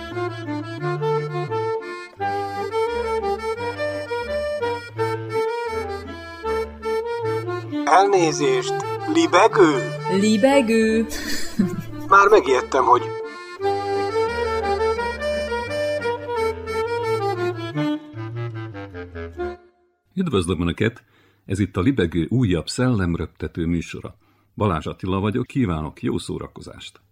Elnézést, libegő? Libegő? Már megijedtem, hogy... Üdvözlöm Önöket! Ez itt a Libegő újabb szellemröptető műsora. Balázs Attila vagyok, kívánok jó szórakozást!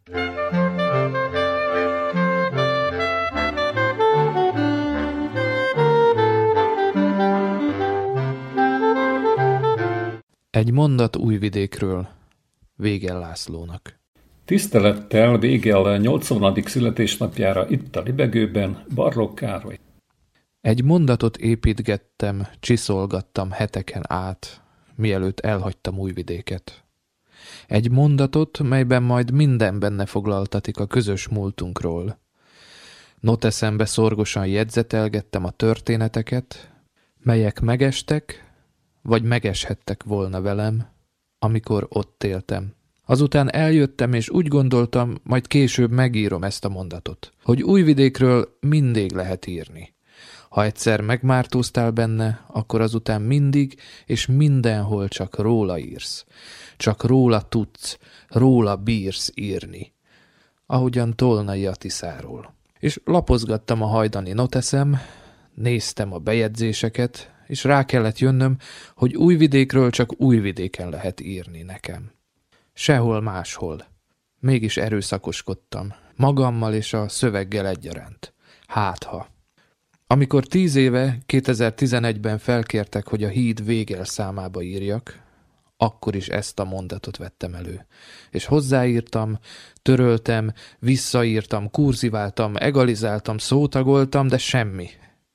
Egy mondat Újvidékről, Végell Lászlónak. Tisztelettel Végell 80. születésnapjára itt a Libegőben Barrók Károly. Egy mondatot építgettem, csiszolgattam heteken át, mielőtt elhagytam Újvidéket. Egy mondatot, melyben majd minden benne foglaltatik a közös múltunkról. Noteszembe szorgosan jegyzetelgettem a történeteket, melyek megestek, vagy megeshettek volna velem, amikor ott éltem. Azután eljöttem, és úgy gondoltam, majd később megírom ezt a mondatot, hogy Újvidékről mindig lehet írni. Ha egyszer megmártóztál benne, akkor azután mindig és mindenhol csak róla írsz. Csak róla tudsz, róla bírsz írni. Ahogyan Tolnai Atiszáról. És lapozgattam a hajdani noteszem, néztem a bejegyzéseket, és rá kellett jönnöm, hogy Újvidékről csak Újvidéken lehet írni nekem. Sehol máshol. Mégis erőszakoskodtam, magammal és a szöveggel egyaránt. Hátha. Amikor 10 éve, 2011-ben felkértek, hogy a Híd Végell számába írjak, akkor is ezt a mondatot vettem elő. És hozzáírtam, töröltem, visszaírtam, kurziváltam, egalizáltam, szótagoltam, de semmi.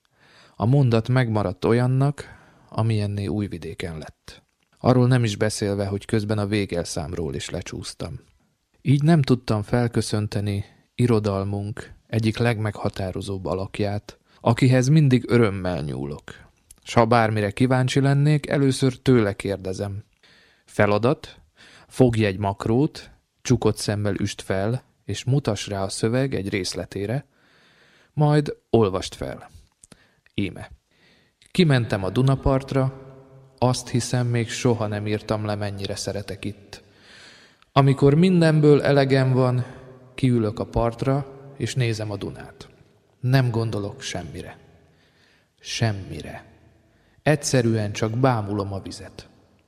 A mondat megmaradt olyannak, amilyenné Újvidéken lett. Arról nem is beszélve, hogy közben a Végell számról is lecsúsztam. Így nem tudtam felköszönteni irodalmunk egyik legmeghatározóbb alakját, akihez mindig örömmel nyúlok. S ha bármire kíváncsi lennék, először tőle kérdezem. Feladat? Fogj egy makrót, csukott szemmel üsd fel, és mutass rá a szöveg egy részletére, majd olvast fel. Íme. Kimentem a Dunapartra, azt hiszem, még soha nem írtam le, mennyire szeretek itt. Amikor mindenből elegem van, kiülök a partra, és nézem a Dunát. Nem gondolok semmire. Semmire. Egyszerűen csak bámulom a vizet.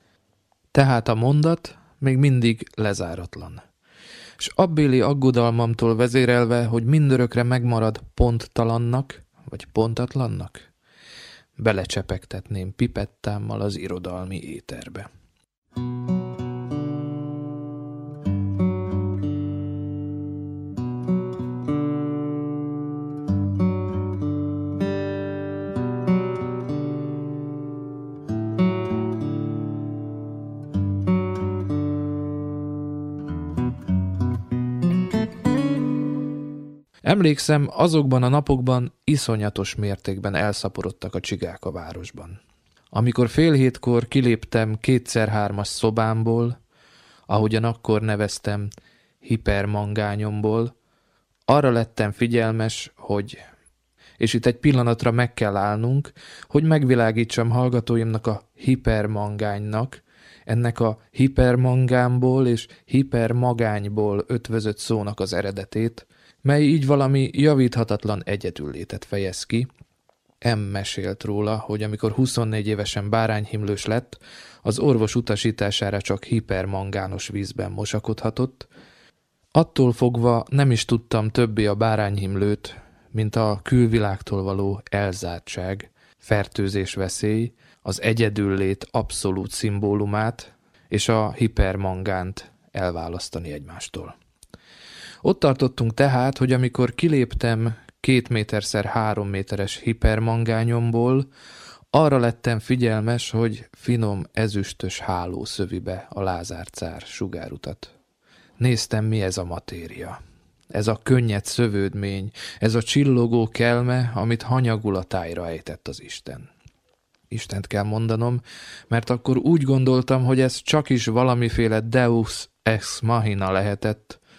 Tehát a mondat még mindig lezáratlan. S abbéli aggodalmamtól vezérelve, hogy mindörökre megmarad ponttalannak, vagy pontatlannak, belecsepegtetném pipettámmal az irodalmi éterbe. Emlékszem, azokban a napokban iszonyatos mértékben elszaporodtak a csigák a városban. Amikor 6:30 kiléptem 2x3-as szobámból, ahogyan akkor neveztem hipermangányomból, arra lettem figyelmes, hogy, és itt egy pillanatra meg kell állnunk, hogy megvilágítsam hallgatóimnak a hipermangánynak, ennek a hipermangámból és hipermagányból ötvözött szónak az eredetét, mely így valami javíthatatlan egyedüllétet fejez ki. M. mesélt róla, hogy amikor 24 évesen bárányhimlős lett, az orvos utasítására csak hipermangános vízben mosakodhatott. Attól fogva nem is tudtam többé a bárányhimlőt, mint a külvilágtól való elzártság, fertőzés veszély, az egyedüllét abszolút szimbólumát és a hipermangánt elválasztani egymástól. Ott tartottunk tehát, hogy amikor kiléptem 2 méter x 3 méteres hipermangányomból, arra lettem figyelmes, hogy finom ezüstös háló szövi be a Lázár cár sugárutat. Néztem, mi ez a matéria. Ez a könnyed szövődmény, ez a csillogó kelme, amit hanyagul a tájra ejtett az Isten. Istent kell mondanom, mert akkor úgy gondoltam, hogy ez csak is valamiféle Deus ex machina lehetett,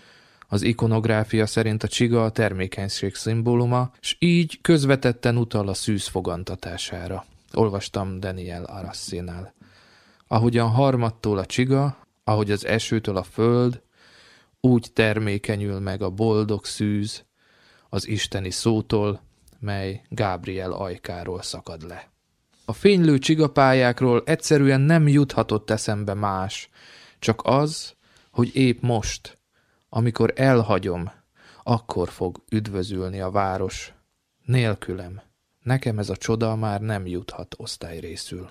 Az ikonográfia szerint a csiga a termékenység szimbóluma, s így közvetetten utal a szűz fogantatására. Olvastam Daniel Arassinál. Ahogyan harmadtól a csiga, ahogy az esőtől a föld, úgy termékenyül meg a boldog szűz az isteni szótól, mely Gábriel ajkáról szakad le. A fénylő csigapályákról egyszerűen nem juthatott eszembe más, csak az, hogy épp most, amikor elhagyom, akkor fog üdvözülni a város. Nélkülem. Nekem ez a csoda már nem juthat osztályrészül.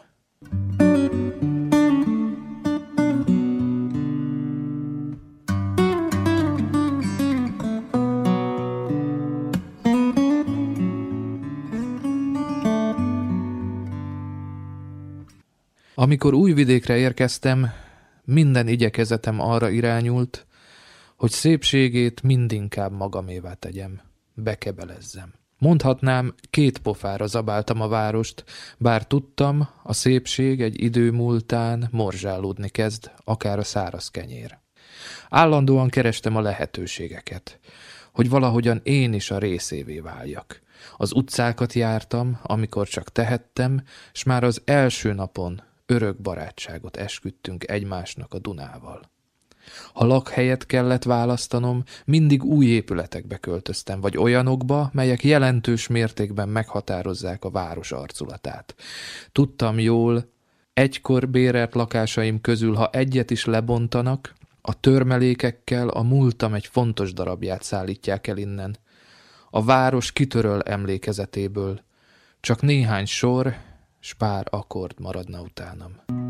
Amikor Újvidékre érkeztem, minden igyekezetem arra irányult, hogy szépségét mindinkább magamévá tegyem, bekebelezzem. Mondhatnám, 2 pofára zabáltam a várost, bár tudtam, a szépség egy idő múltán morzsálódni kezd, akár a száraz kenyér. Állandóan kerestem a lehetőségeket, hogy valahogyan én is a részévé váljak. Az utcákat jártam, amikor csak tehettem, s már az első napon örök barátságot esküdtünk egymásnak a Dunával. Ha lakhelyet kellett választanom, mindig új épületekbe költöztem, vagy olyanokba, melyek jelentős mértékben meghatározzák a város arculatát. Tudtam jól, egykor bérelt lakásaim közül, ha egyet is lebontanak, a törmelékekkel a múltam egy fontos darabját szállítják el innen. A város kitöröl emlékezetéből, csak néhány sor, s pár akkord maradna utánam.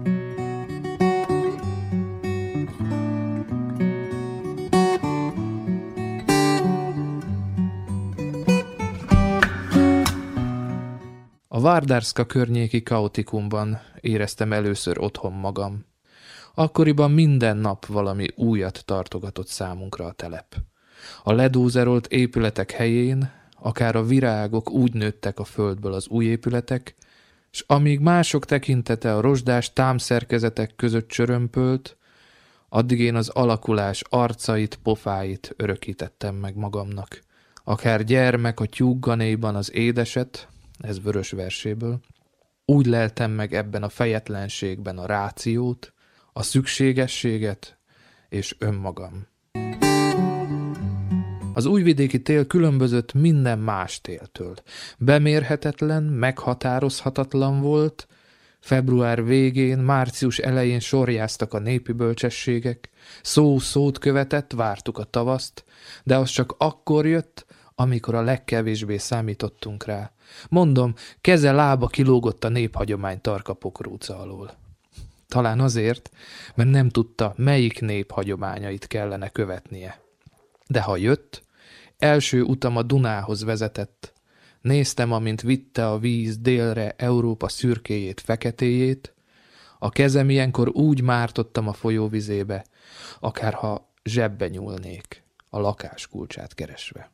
A Várdarszka környéki kaotikumban éreztem először otthon magam. Akkoriban minden nap valami újat tartogatott számunkra a telep. A ledózerolt épületek helyén, akár a virágok úgy nőttek a földből az új épületek, s amíg mások tekintete a rozsdás támszerkezetek között csörömpölt, addig én az alakulás arcait, pofáit örökítettem meg magamnak. Akár gyermek a tyúkganéjban az édeset, ez Vörös verséből, úgy leltem meg ebben a fejetlenségben a rációt, a szükségességet és önmagam. Az újvidéki tél különbözött minden más téltől. Bemérhetetlen, meghatározhatatlan volt, február végén, március elején sorjáztak a népi bölcsességek, szó szót követett, vártuk a tavaszt, de az csak akkor jött, amikor a legkevésbé számítottunk rá. Mondom, keze-lába kilógott a néphagyomány tarka pokróca alól. Talán azért, mert nem tudta, melyik nép hagyományait kellene követnie. De ha jött, első utam a Dunához vezetett. Néztem, amint vitte a víz délre Európa szürkéjét, feketéjét, a kezem ilyenkor úgy mártottam a folyóvizébe, akárha zsebbe nyúlnék, a lakás kulcsát keresve.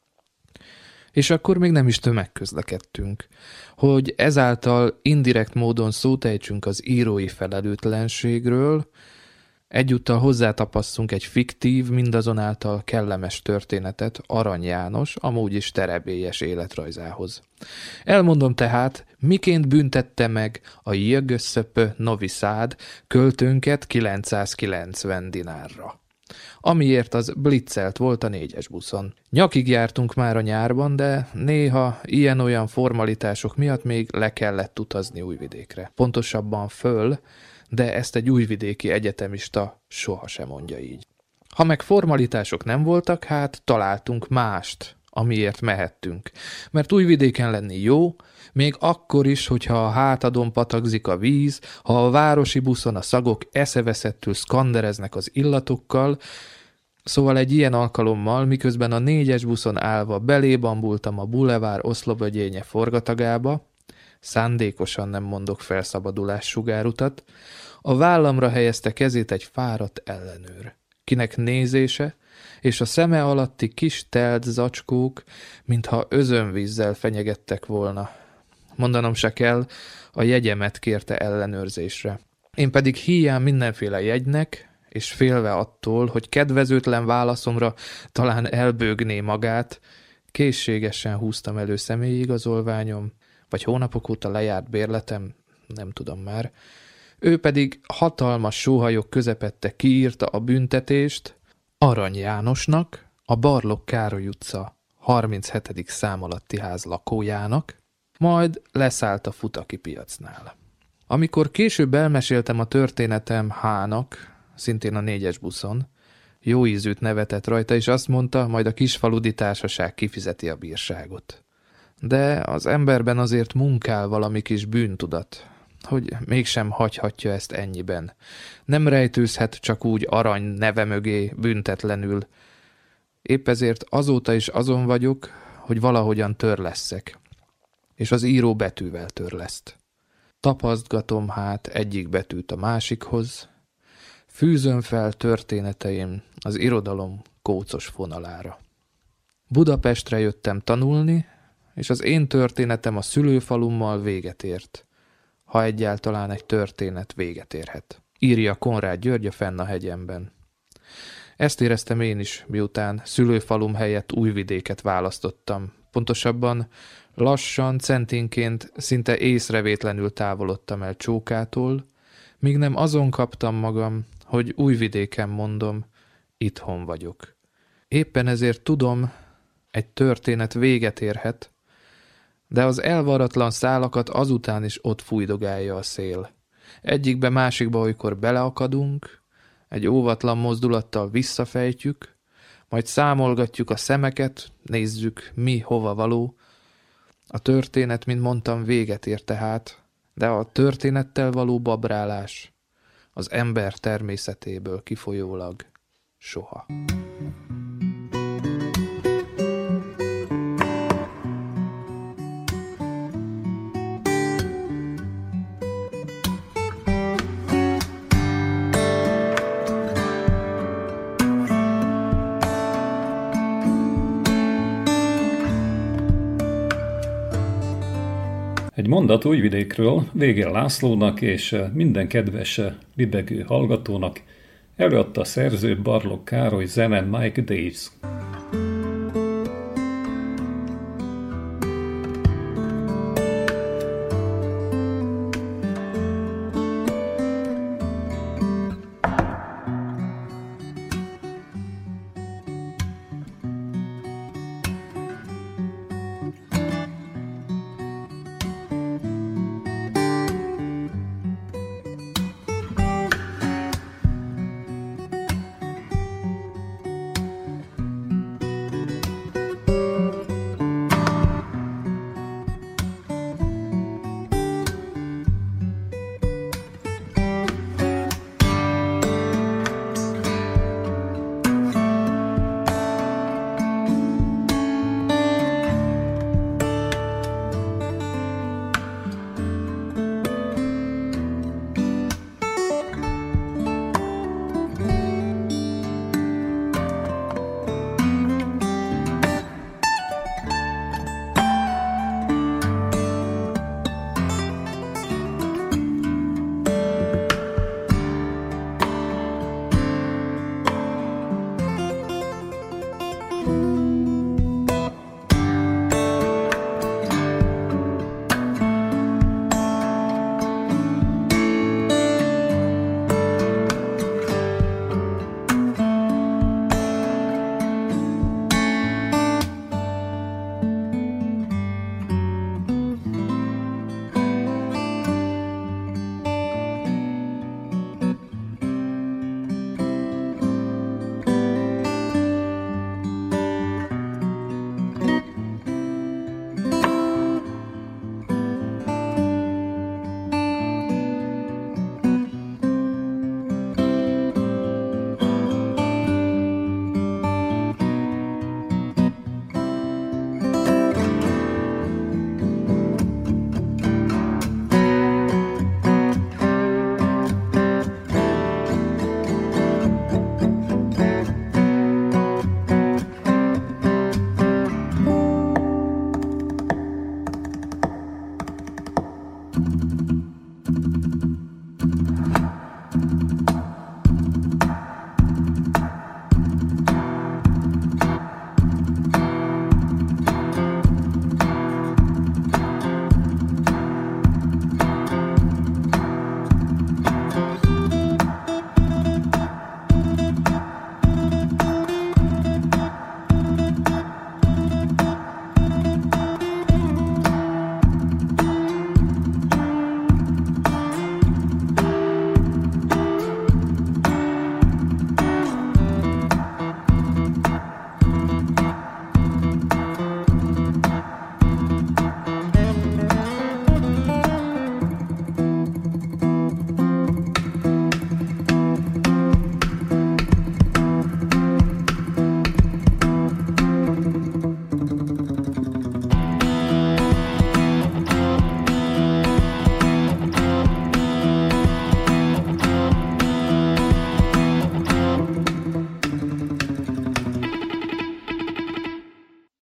És akkor még nem is tömegközlekedtünk, hogy ezáltal indirekt módon szót ejtsünk az írói felelőtlenségről, egyúttal hozzátapasszunk egy fiktív, mindazonáltal kellemes történetet Arany János, amúgy is terebélyes életrajzához. Elmondom tehát, miként büntette meg a Jögösszöpö Novi Szád költőnket 990 dinárra. Amiért az blitzelt volt a 4-es buszon. Nyakig jártunk már a nyárban, de néha ilyen-olyan formalitások miatt még le kellett utazni Újvidékre. Pontosabban föl, de ezt egy újvidéki egyetemista sohasem mondja így. Ha meg formalitások nem voltak, hát találtunk mást, amiért mehettünk. Mert Újvidéken lenni jó, még akkor is, hogyha a hátadon patakzik a víz, ha a városi buszon a szagok eszeveszettül szkandereznek az illatokkal, szóval egy ilyen alkalommal, miközben a 4-es buszon állva belébambultam a bulevár oszlopögyénye forgatagába, szándékosan nem mondok felszabadulás sugárutat, a vállamra helyezte kezét egy fáradt ellenőr, kinek nézése és a szeme alatti kis telt zacskók, mintha özönvízzel fenyegettek volna. Mondanom se kell, a jegyemet kérte ellenőrzésre. Én pedig híján mindenféle jegynek és félve attól, hogy kedvezőtlen válaszomra talán elbőgné magát, készségesen húztam elő személyi igazolványom, vagy hónapok óta lejárt bérletem, nem tudom már. Ő pedig hatalmas sóhajok közepette kiírta a büntetést Arany Jánosnak, a Barlog Károly utca 37. szám alatti ház lakójának, majd leszállt a Futaki piacnál. Amikor később elmeséltem a történetem H-nak, szintén a 4-es buszon, jó ízűt nevetett rajta, és azt mondta, majd a kisfaludi társaság kifizeti a bírságot. De az emberben azért munkál valami kis bűntudat, hogy mégsem hagyhatja ezt ennyiben. Nem rejtőzhet csak úgy Arany neve mögé büntetlenül. Épp ezért azóta is azon vagyok, hogy valahogyan törlesszek, és az író betűvel törleszt. Tapasztgatom hát egyik betűt a másikhoz, fűzöm fel történeteim az irodalom kócos fonalára. Budapestre jöttem tanulni, és az én történetem a szülőfalummal véget ért, ha egyáltalán egy történet véget érhet. Írja Konrád György a Fenn a hegyemben. Ezt éreztem én is, miután szülőfalum helyett Újvidéket választottam. Pontosabban lassan, centinként, szinte észrevétlenül távolodtam el Csókától, míg nem azon kaptam magam, hogy Újvidéken mondom, itthon vagyok. Éppen ezért tudom, egy történet véget érhet, de az elvaratlan szálakat azután is ott fújdogálja a szél. Egyikbe másikba olykor beleakadunk, egy óvatlan mozdulattal visszafejtjük, majd számolgatjuk a szemeket, nézzük, mi hova való. A történet, mint mondtam, véget ér tehát, de a történettel való babrálás az ember természetéből kifolyólag soha. Egy mondat Újvidékről Végér Lászlónak és minden kedves libegő hallgatónak előadta a szerző Barlog Károly, zene Mike Davis.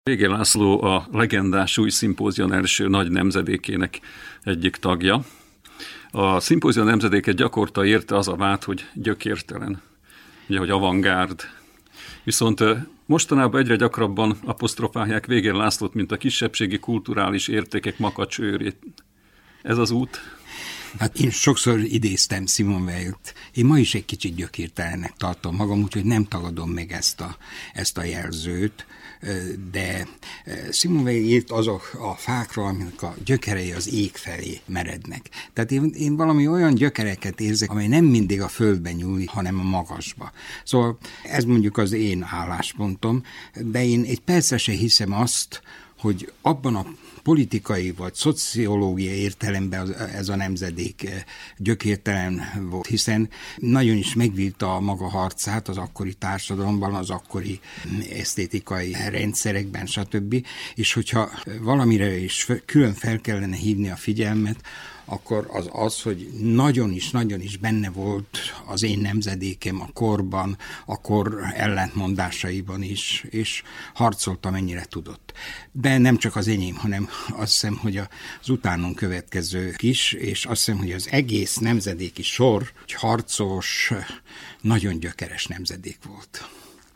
Végér László a legendás új szimpózion első nagy nemzedékének egyik tagja. A szimpózion nemzedéket gyakorta érte az a vád, hogy gyökértelen, ugye, hogy avantgárd. Viszont mostanában egyre gyakrabban apostrofálják Végér Lászlót, mint a kisebbségi kulturális értékek makacsőrét. Ez az út? Hát én sokszor idéztem Simone Weil-t. Én ma is egy kicsit gyökértelennek tartom magam, úgyhogy nem tagadom meg ezt a jelzőt, de Simone Weil írt azok a fákra, aminek a gyökerei az ég felé merednek. Tehát én valami olyan gyökereket érzek, amely nem mindig a földben nyúl, hanem a magasba. Szóval ez mondjuk az én álláspontom, de én egy percre se hiszem azt, hogy abban a politikai vagy szociológiai értelemben ez a nemzedék gyökértelen volt, hiszen nagyon is megvívta a maga harcát az akkori társadalomban, az akkori esztétikai rendszerekben, stb. És hogyha valamire is külön fel kellene hívni a figyelmet, akkor az, hogy nagyon is benne volt az én nemzedékem a korban, a kor ellentmondásaiban is, és harcolt, amennyire tudott. De nem csak az enyém, hanem azt hiszem, hogy az utánunk következők is, és azt hiszem, hogy az egész nemzedéki sor egy harcos, nagyon gyökeres nemzedék volt.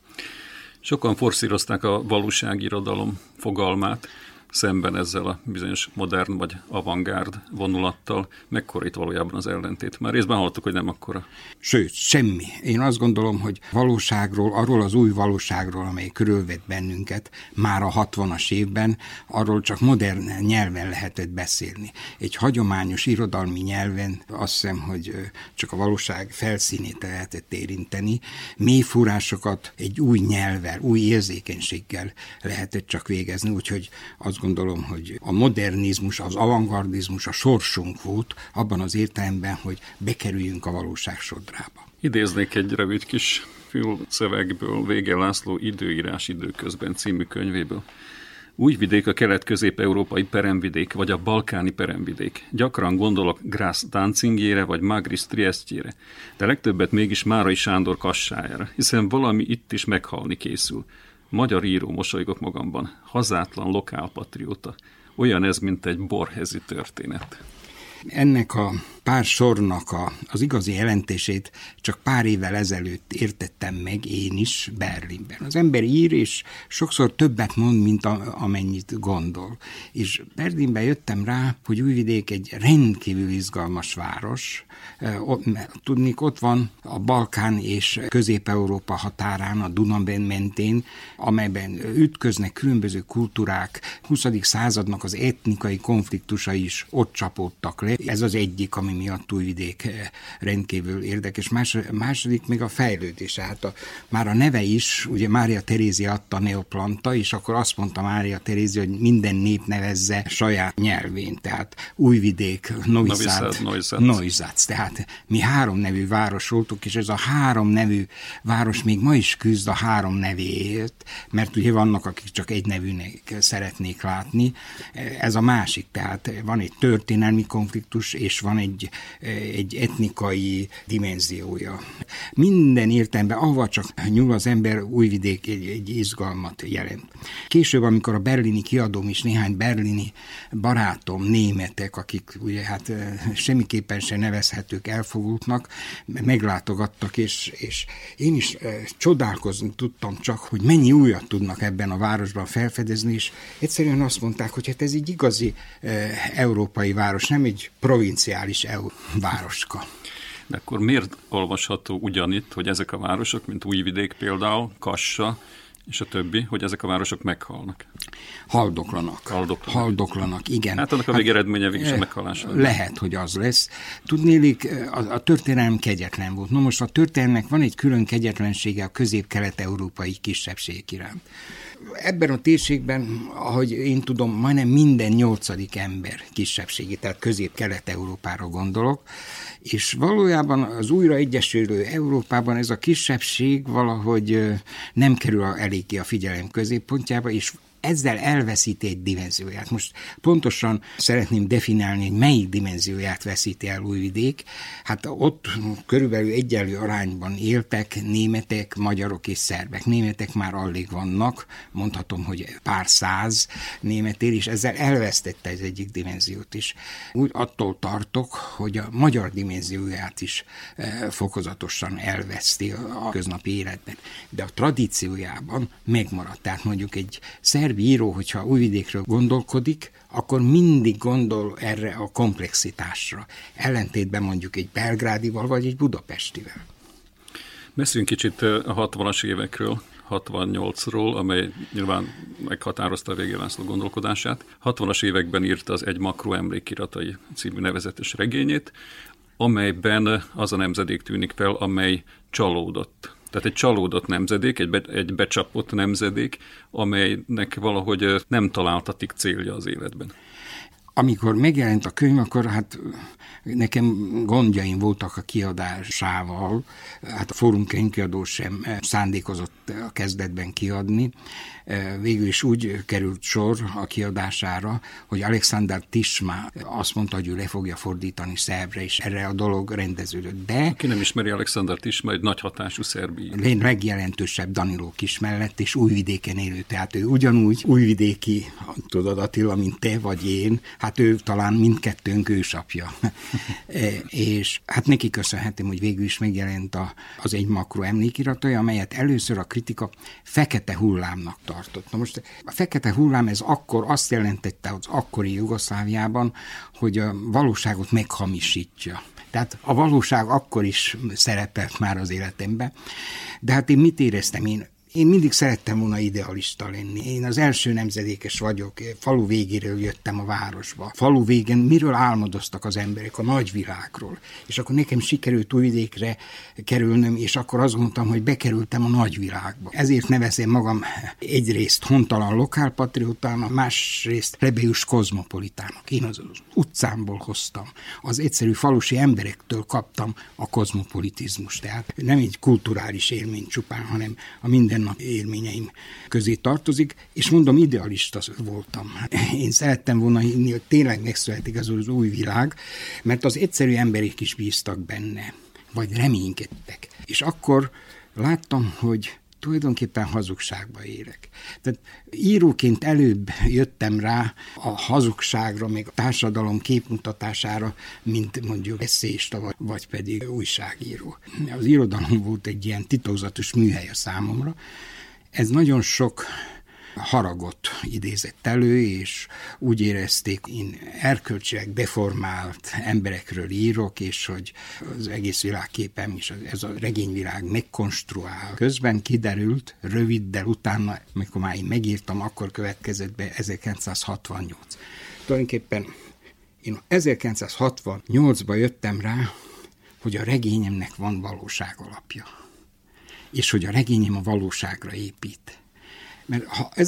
Sokan forszírozták a valóságirodalom fogalmát, szemben ezzel a bizonyos modern vagy avantgárd vonulattal. Mekkora itt valójában az ellentét? Már részben hallottuk, hogy nem akkora. Sőt, semmi. Én azt gondolom, hogy valóságról, arról az új valóságról, amely körülvett bennünket, már a 60-as évben, arról csak modern nyelven lehetett beszélni. Egy hagyományos irodalmi nyelven azt hiszem, hogy csak a valóság felszínét lehetett érinteni. Mélyfúrásokat egy új nyelvvel, új érzékenységgel lehetett csak végezni, úgyhogy azt gondolom, hogy a modernizmus, az avantgardizmus a sorsunk volt, abban az értelemben, hogy bekerüljünk a valóság sodrába. Idéznék egy rövid kis fülszövegből, Végér László Időírás időközben című könyvéből. Újvidék a kelet-közép-európai peremvidék, vagy a balkáni peremvidék. Gyakran gondolok Grász Dancingjére, vagy Magris Triestjére, de legtöbbet mégis Márai Sándor Kassájára, hiszen valami itt is meghalni készül. Magyar író, mosolygok magamban, hazátlan lokálpatrióta. Olyan ez, mint egy borhezi történet. Ennek a pár sornak az igazi jelentését csak pár évvel ezelőtt értettem meg én is Berlinben. Az ember ír, és sokszor többet mond, mint amennyit gondol. És Berlinben jöttem rá, hogy Újvidék egy rendkívül izgalmas város. Tudnék, ott van a Balkán és Közép-Európa határán, a Duna mentén, amelyben ütköznek különböző kultúrák, 20. századnak az etnikai konfliktusai is ott csapódtak le. Ez az egyik, ami miatt Újvidék rendkívül érdekes. Második még a fejlődés. Hát már a neve is, ugye Mária Terézia adta Neoplanta, és akkor azt mondta Mária Terézia, hogy minden nép nevezze saját nyelvén. Tehát Újvidék, Neuszát. Tehát mi 3 nevű város voltunk, és ez a 3 nevű város még ma is küzd a 3 nevéért, mert ugye vannak, akik csak egy nevűnek szeretnék látni. Ez a másik, tehát van egy történelmi konfliktus, és van egy etnikai dimenziója. Minden értelemben, ahova csak nyúl az ember, Újvidék egy izgalmat jelent. Később, amikor a berlini kiadóm is néhány berlini barátom, németek, akik ugye hát semmiképpen se nevezhetők elfogultnak, meglátogattak, és én is csodálkozni tudtam csak, hogy mennyi újat tudnak ebben a városban felfedezni, és egyszerűen azt mondták, hogy hát ez egy igazi európai város, nem egy provinciális városka. De akkor miért olvasható ugyanitt, hogy ezek a városok, mint Újvidék például, Kassa és a többi, hogy ezek a városok meghalnak? Haldoklanak, igen. Hát annak a végeredménye végig is meghalás. Lehet, hogy az lesz. Tudnélik, a történelem kegyetlen volt. No most a történelemnek van egy külön kegyetlensége a közép-kelet-európai kisebbségek iránt. Ebben a térségben, ahogy én tudom, majdnem minden 8. ember kisebbségi, tehát közép-kelet-európára gondolok, és valójában az újra egyesülő Európában ez a kisebbség valahogy nem kerül eléggé a figyelem középpontjába, és ezzel elveszíti egy dimenzióját. Most pontosan szeretném definiálni, hogy melyik dimenzióját veszíti el Újvidék. Hát ott körülbelül egyenlő arányban éltek németek, magyarok és szerbek. Németek már alig vannak, mondhatom, hogy pár száz német él, és ezzel elvesztette az egyik dimenziót is. Úgy attól tartok, hogy a magyar dimenzióját is fokozatosan elveszti a köznapi életben. De a tradíciójában megmaradt. Tehát mondjuk egy szerb író, hogyha Újvidékről gondolkodik, akkor mindig gondol erre a komplexitásra. Ellentétben mondjuk egy belgrádival vagy egy budapestivel. Beszéljünk kicsit a 60-as évekről, 68-ról, amely nyilván meghatározta a Végér László gondolkodását. 60-as években írta az Egy makró emlékiratai című nevezetes regényét, amelyben az a nemzedék tűnik fel, amely csalódott. Tehát egy csalódott nemzedék, egy becsapott nemzedék, amelynek valahogy nem találtatik célja az életben. Amikor megjelent a könyv, akkor hát nekem gondjaim voltak a kiadásával. Hát a Fórum könyvkiadó sem szándékozott a kezdetben kiadni. Végül is úgy került sor a kiadására, hogy Alexander Tisma azt mondta, hogy ő le fogja fordítani szerbre, és erre a dolog rendeződött. De aki nem ismeri Alexander Tisma, egy nagy hatású szerb író. Én legjelentősebb Daniló Kiss mellett, és Újvidéken élő. Tehát ő ugyanúgy újvidéki, tudod Attila, mint te vagy én, hát ő talán mindkettőnk ősapja. És hát neki köszönhetem, hogy végül is megjelent az Egy makró emlékiratai, amelyet először a kritika fekete hullámnak tartott. Na most a fekete hullám ez akkor azt jelentette az akkori Jugoszláviában, hogy a valóságot meghamisítja. Tehát a valóság akkor is szerepelt már az életemben. De hát én mit éreztem? Én mindig szerettem volna idealista lenni. Én az első nemzedékes vagyok, falu végéről jöttem a városba. Falu végén miről álmodoztak az emberek? A nagyvilágról. És akkor nekem sikerült Újvidékre kerülnöm, és akkor azt mondtam, hogy bekerültem a nagyvilágba. Ezért nevezem magam egyrészt hontalan lokálpatriótának, másrészt plebeius kozmopolitának. Én az utcámból hoztam. Az egyszerű falusi emberektől kaptam a kozmopolitizmust. Tehát nem egy kulturális élmény csupán, hanem a minden élményeim közé tartozik, és mondom, idealista voltam. Én szerettem volna hinni, hogy tényleg megszületik az új világ, mert az egyszerű emberek is bíztak benne, vagy reménykedtek. És akkor láttam, hogy tulajdonképpen hazugságba élek. Tehát íróként előbb jöttem rá a hazugságra, meg a társadalom képmutatására, mint mondjuk esszéista, vagy pedig újságíró. Az irodalom volt egy ilyen titokzatos műhely a számomra. Ez nagyon sok haragot idézett elő, és úgy érezték, én erkölcsileg deformált emberekről írok, és hogy az egész világképem és ez a regényvilág megkonstruál. Közben kiderült, röviddel utána, amikor már én megírtam, akkor következett be 1968. Tulajdonképpen én 1968-ban jöttem rá, hogy a regényemnek van valóság alapja, és hogy a regényem a valóságra épít. Mert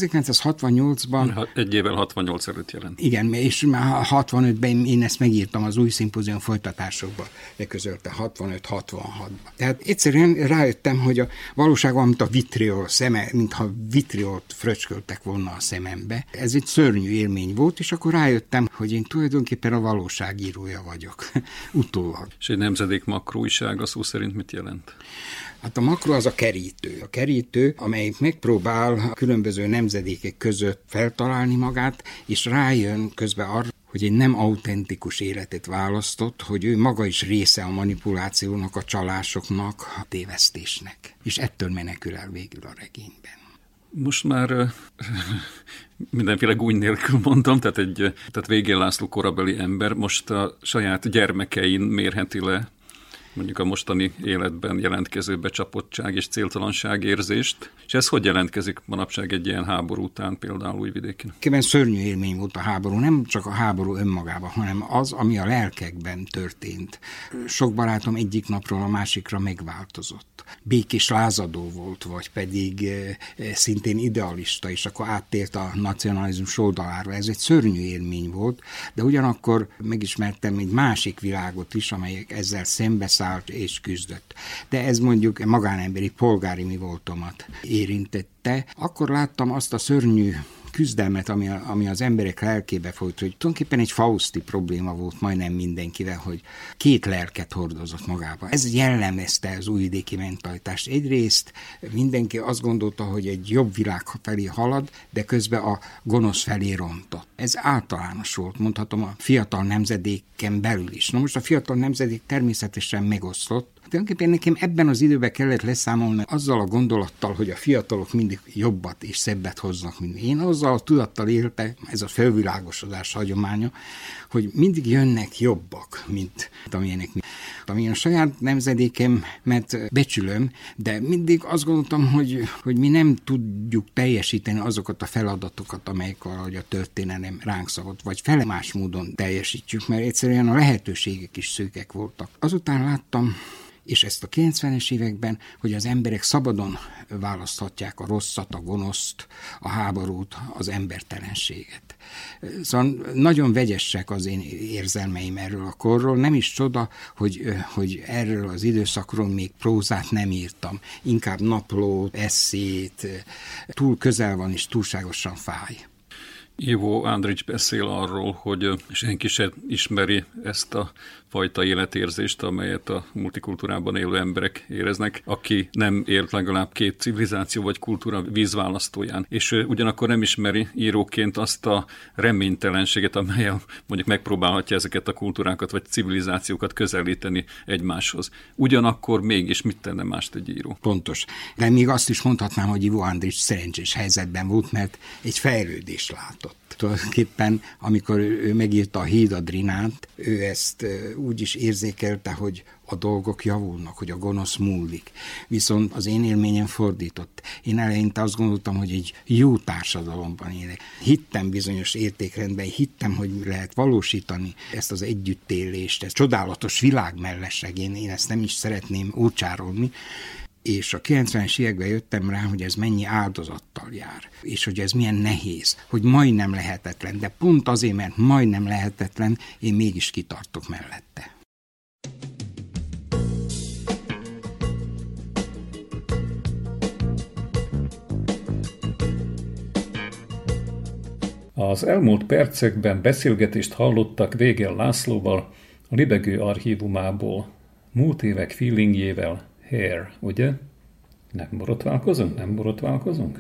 1968-ban... Egy évvel 68 előtt jelent. Igen, és már 65-ben én ezt megírtam az új szimpózium folytatásokba, leközölte 65-66-ban. Tehát egyszerűen rájöttem, hogy a valóság van, mint a vitriol szeme, mintha vitriolt fröcsköltek volna a szemembe. Ez egy szörnyű élmény volt, és akkor rájöttem, hogy én tulajdonképpen a valóságírója vagyok. Utólag. És egy nemzedék makróújság a szó szerint mit jelent? Hát a makro az a kerítő. A kerítő, amelyik megpróbál különböző nemzedékek között feltalálni magát, és rájön közben arra, hogy egy nem autentikus életet választott, hogy ő maga is része a manipulációnak, a csalásoknak, a tévesztésnek. És ettől menekül el végül a regényben. Most már mindenféle gúny nélkül mondtam, tehát Végér László korabeli ember most a saját gyermekein mérheti le mondjuk a mostani életben jelentkező becsapottság és céltalanság érzést, és ez hogy jelentkezik manapság egy ilyen háború után például Újvidéken? Kében szörnyű élmény volt a háború, nem csak a háború önmagában, hanem az, ami a lelkekben történt. Sok barátom egyik napról a másikra megváltozott. Békés lázadó volt, vagy pedig szintén idealista, és akkor áttért a nacionalizmus oldalára. Ez egy szörnyű élmény volt, de ugyanakkor megismertem egy másik világot is, amelyek ezzel szembeszállt és küzdött. De ez mondjuk magánemberi, polgári mi voltomat érintette. Akkor láttam azt a szörnyű küzdelmet, ami az emberek lelkébe folyt, hogy tulajdonképpen egy fauszti probléma volt majdnem mindenkivel, hogy két lelket hordozott magába. Ez jellemezte az újvidéki mentalitást. Egyrészt mindenki azt gondolta, hogy egy jobb világ felé halad, de közben a gonosz felé rontott. Ez általános volt, mondhatom, a fiatal nemzedéken belül is. Na most a fiatal nemzedék természetesen megoszlott. Tulajdonképpen nekem ebben az időben kellett leszámolni azzal a gondolattal, hogy a fiatalok mindig jobbat és szebbet hoznak, mint én. Azzal a tudattal éltem, ez a felvilágosodás hagyománya, hogy mindig jönnek jobbak, mint amilyenek mi. Ami a saját nemzedékemet becsülöm, de mindig azt gondoltam, hogy mi nem tudjuk teljesíteni azokat a feladatokat, amelyek valahogy a történelem ránk szabott, vagy fele más módon teljesítjük, mert egyszerűen a lehetőségek is szűkek voltak. Azután láttam, és ezt a 90-es években, hogy az emberek szabadon választhatják a rosszat, a gonoszt, a háborút, az embertelenséget. Szóval nagyon vegyesek az én érzelmeim erről a korról. Nem is csoda, hogy erről az időszakról még prózát nem írtam. Inkább naplót, esszét, túl közel van és túlságosan fáj. Ivo Andrić beszél arról, hogy senki sem ismeri ezt a fajta életérzést, amelyet a multikultúrában élő emberek éreznek, aki nem élt legalább két civilizáció vagy kultúra vízválasztóján. És ugyanakkor nem ismeri íróként azt a reménytelenséget, amellyel mondjuk megpróbálhatja ezeket a kultúrákat vagy civilizációkat közelíteni egymáshoz. Ugyanakkor mégis mit tenne mást egy író? Pontos. De még azt is mondhatnám, hogy Ivo Andrić szerencsés helyzetben volt, mert egy fejlődést látott. Tulajdonképpen, amikor ő megírta a Híd a Drinát, ő ezt úgy is érzékelte, hogy a dolgok javulnak, hogy a gonosz múlik. Viszont az én élményem fordított. Én eleinte azt gondoltam, hogy egy jó társadalomban élek. Hittem bizonyos értékrendben, hittem, hogy lehet valósítani ezt az együttélést, ezt csodálatos világmellesleg. Én ezt nem is szeretném úrcsárolni. És a 90-es években jöttem rá, hogy ez mennyi áldozattal jár, és hogy ez milyen nehéz, hogy majdnem lehetetlen, de pont azért, mert majdnem lehetetlen, én mégis kitartok mellette. Az elmúlt percekben beszélgetést hallottak Végel Lászlóval, a Libegő archívumából, múlt évek feelingjével. Hair, ugye? Nem borotválkozunk?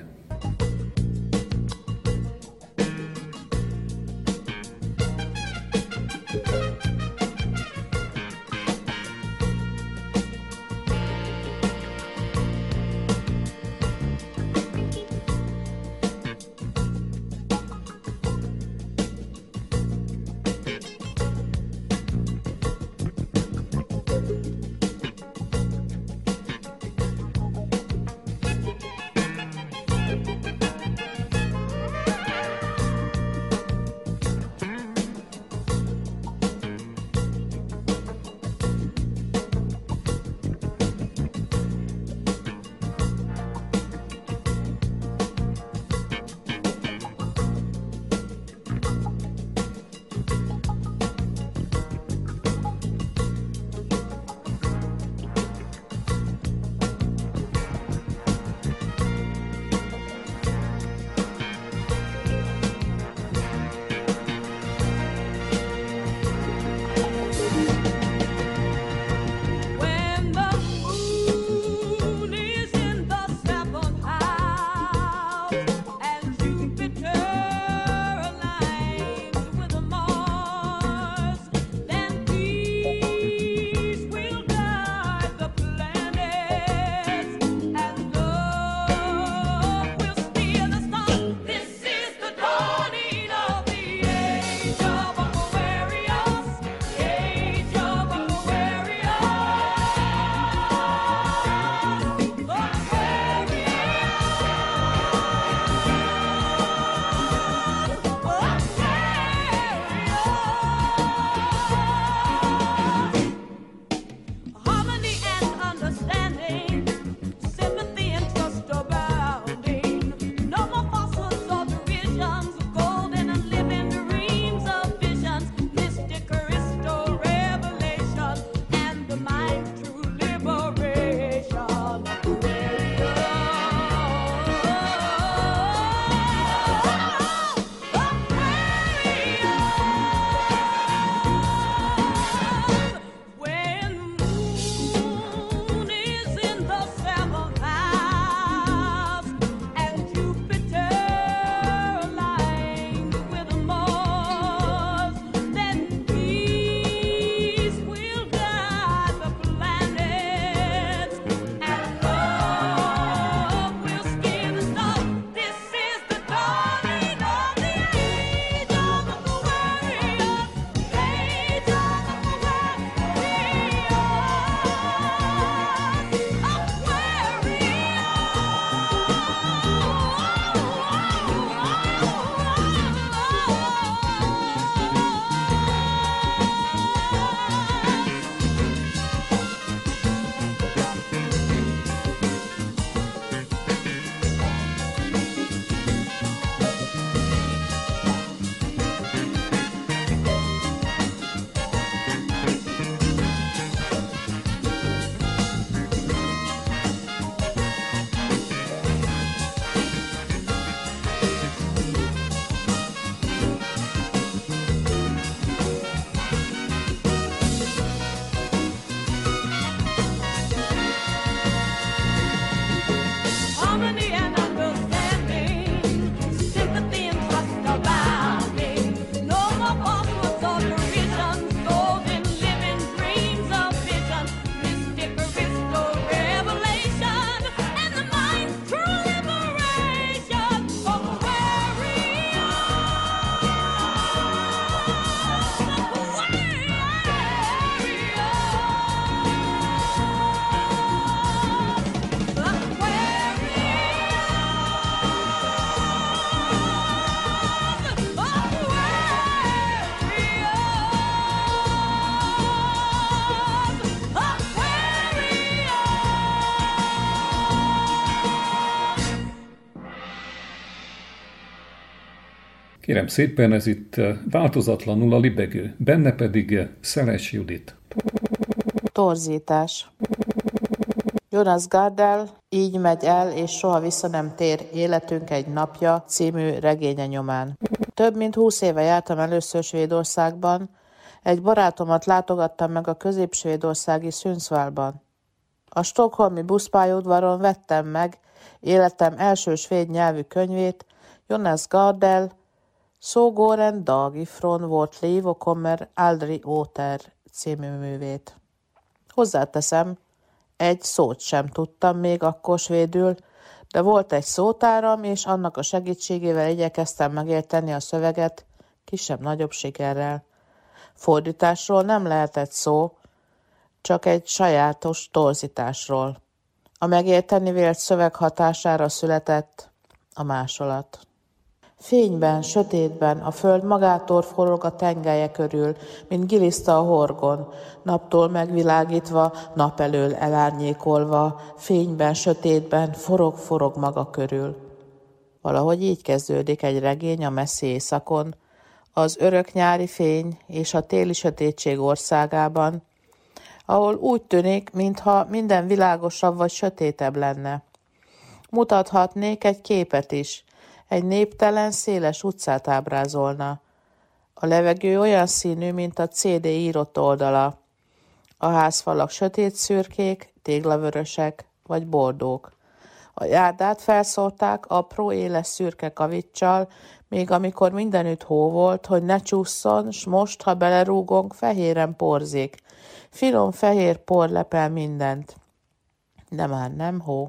Kérem szépen, ez itt változatlanul a libegő, benne pedig Szeles Judit. Torzítás. Jonas Gardell Így megy el, és soha vissza nem tér életünk egy napja című regénye nyomán. Több mint 20 éve jártam először Svédországban, egy barátomat látogattam meg a közép-svédországi Sundsvallban. A stockholmi buszpályaudvaron vettem meg életem első svéd nyelvű könyvét, Jonas Gardell Så går en dag ifrån vårt liv och kommer aldrig åter című művét. Hozzáteszem, egy szót sem tudtam még akkor svédül, de volt egy szótáram, és annak a segítségével igyekeztem megérteni a szöveget kisebb-nagyobb sikerrel. Fordításról nem lehetett szó, csak egy sajátos torzításról. A megérteni vélt szöveg hatására született a másolat. Fényben, sötétben a föld magától forog a tengelye körül, mint giliszta a horgon, naptól megvilágítva, nap elől elárnyékolva, fényben, sötétben forog maga körül. Valahogy így kezdődik egy regény a messzi éjszakon, az örök nyári fény és a téli sötétség országában, ahol úgy tűnik, mintha minden világosabb vagy sötétebb lenne. Mutathatnék egy képet is, egy néptelen, széles utcát ábrázolna. A levegő olyan színű, mint a CD írott oldala. A házfalak sötét szürkék, téglavörösek vagy bordók. A járdát felszórták apró, éles szürke kaviccsal, még amikor mindenütt hó volt, hogy ne csússzon, s most, ha belerúgunk, fehéren porzik. Finom fehér por lepel mindent. De már nem hó.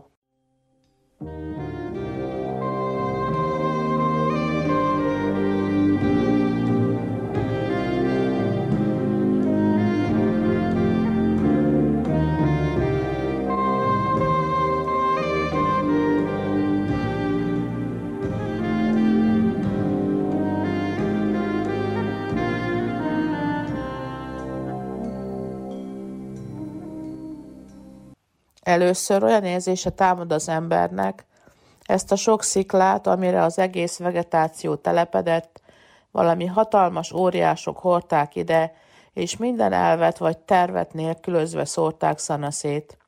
Először olyan érzése támad az embernek, ezt a sok sziklát, amire az egész vegetáció telepedett, valami hatalmas óriások hordták ide, és minden elvet vagy tervet nélkülözve szórták szanaszét.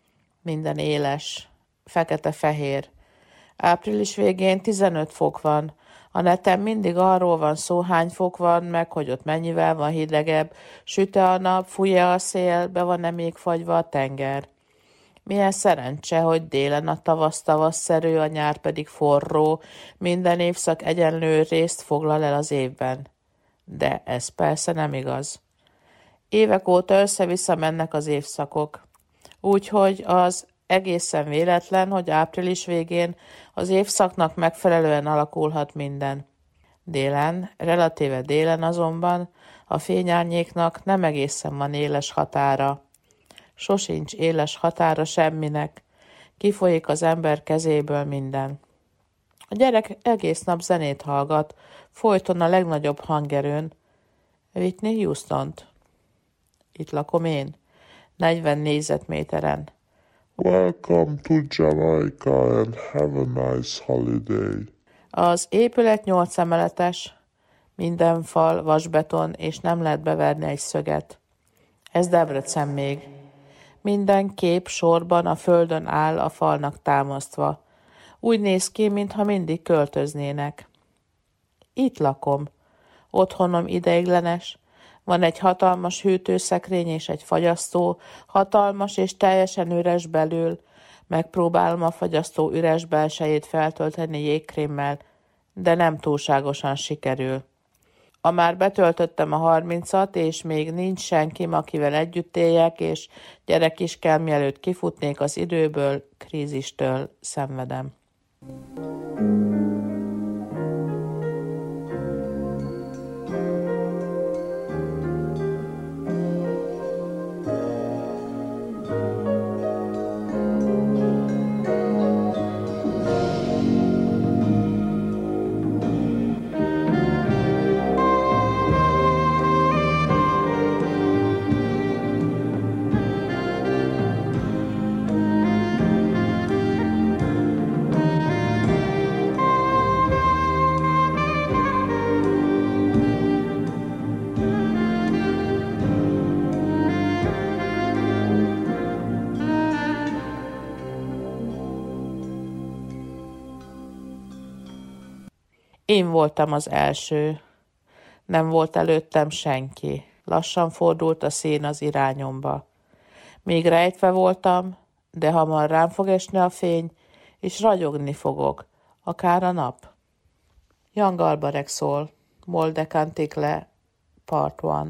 Minden éles, fekete-fehér. Április végén 15 fok van. A neten mindig arról van szó, hány fok van, meg hogy ott mennyivel van hidegebb, süt-e a nap, fúj-e a szél, be van-e még fagyva a tenger. Milyen szerencse, hogy délen a tavasz tavasszerű, a nyár pedig forró, minden évszak egyenlő részt foglal el az évben. De ez persze nem igaz. Évek óta össze-vissza mennek az évszakok. Úgyhogy az egészen véletlen, hogy április végén az évszaknak megfelelően alakulhat minden. Délen, relatíve délen azonban a fényárnyéknak nem egészen van éles határa. Sosincs éles határa semminek, kifolyik az ember kezéből minden. A gyerek egész nap zenét hallgat, folyton a legnagyobb hangerőn. Whitney Houstont. Itt lakom én, 40 négyzetméteren. Welcome to Jamaica and have a nice holiday. Az épület 8 emeletes, minden fal vasbeton, és nem lehet beverni egy szöget. Ez Debrecen még. Minden kép sorban a földön áll a falnak támasztva. Úgy néz ki, mintha mindig költöznének. Itt lakom. Otthonom ideiglenes. Van egy hatalmas hűtőszekrény és egy fagyasztó, hatalmas és teljesen üres belül. Megpróbálom a fagyasztó üres belsejét feltölteni jégkrémmel, de nem túlságosan sikerül. Ha már betöltöttem a 30-at, és még nincs senkim, akivel együtt éljek, és gyerek is kell, mielőtt kifutnék az időből, krízistől szenvedem. Én voltam az első. Nem volt előttem senki. Lassan fordult a szín az irányomba. Még rejtve voltam, de hamar rám fog esni a fény, és ragyogni fogok, akár a nap. Jan Garbarek szól, Molde Canticle, Part 1.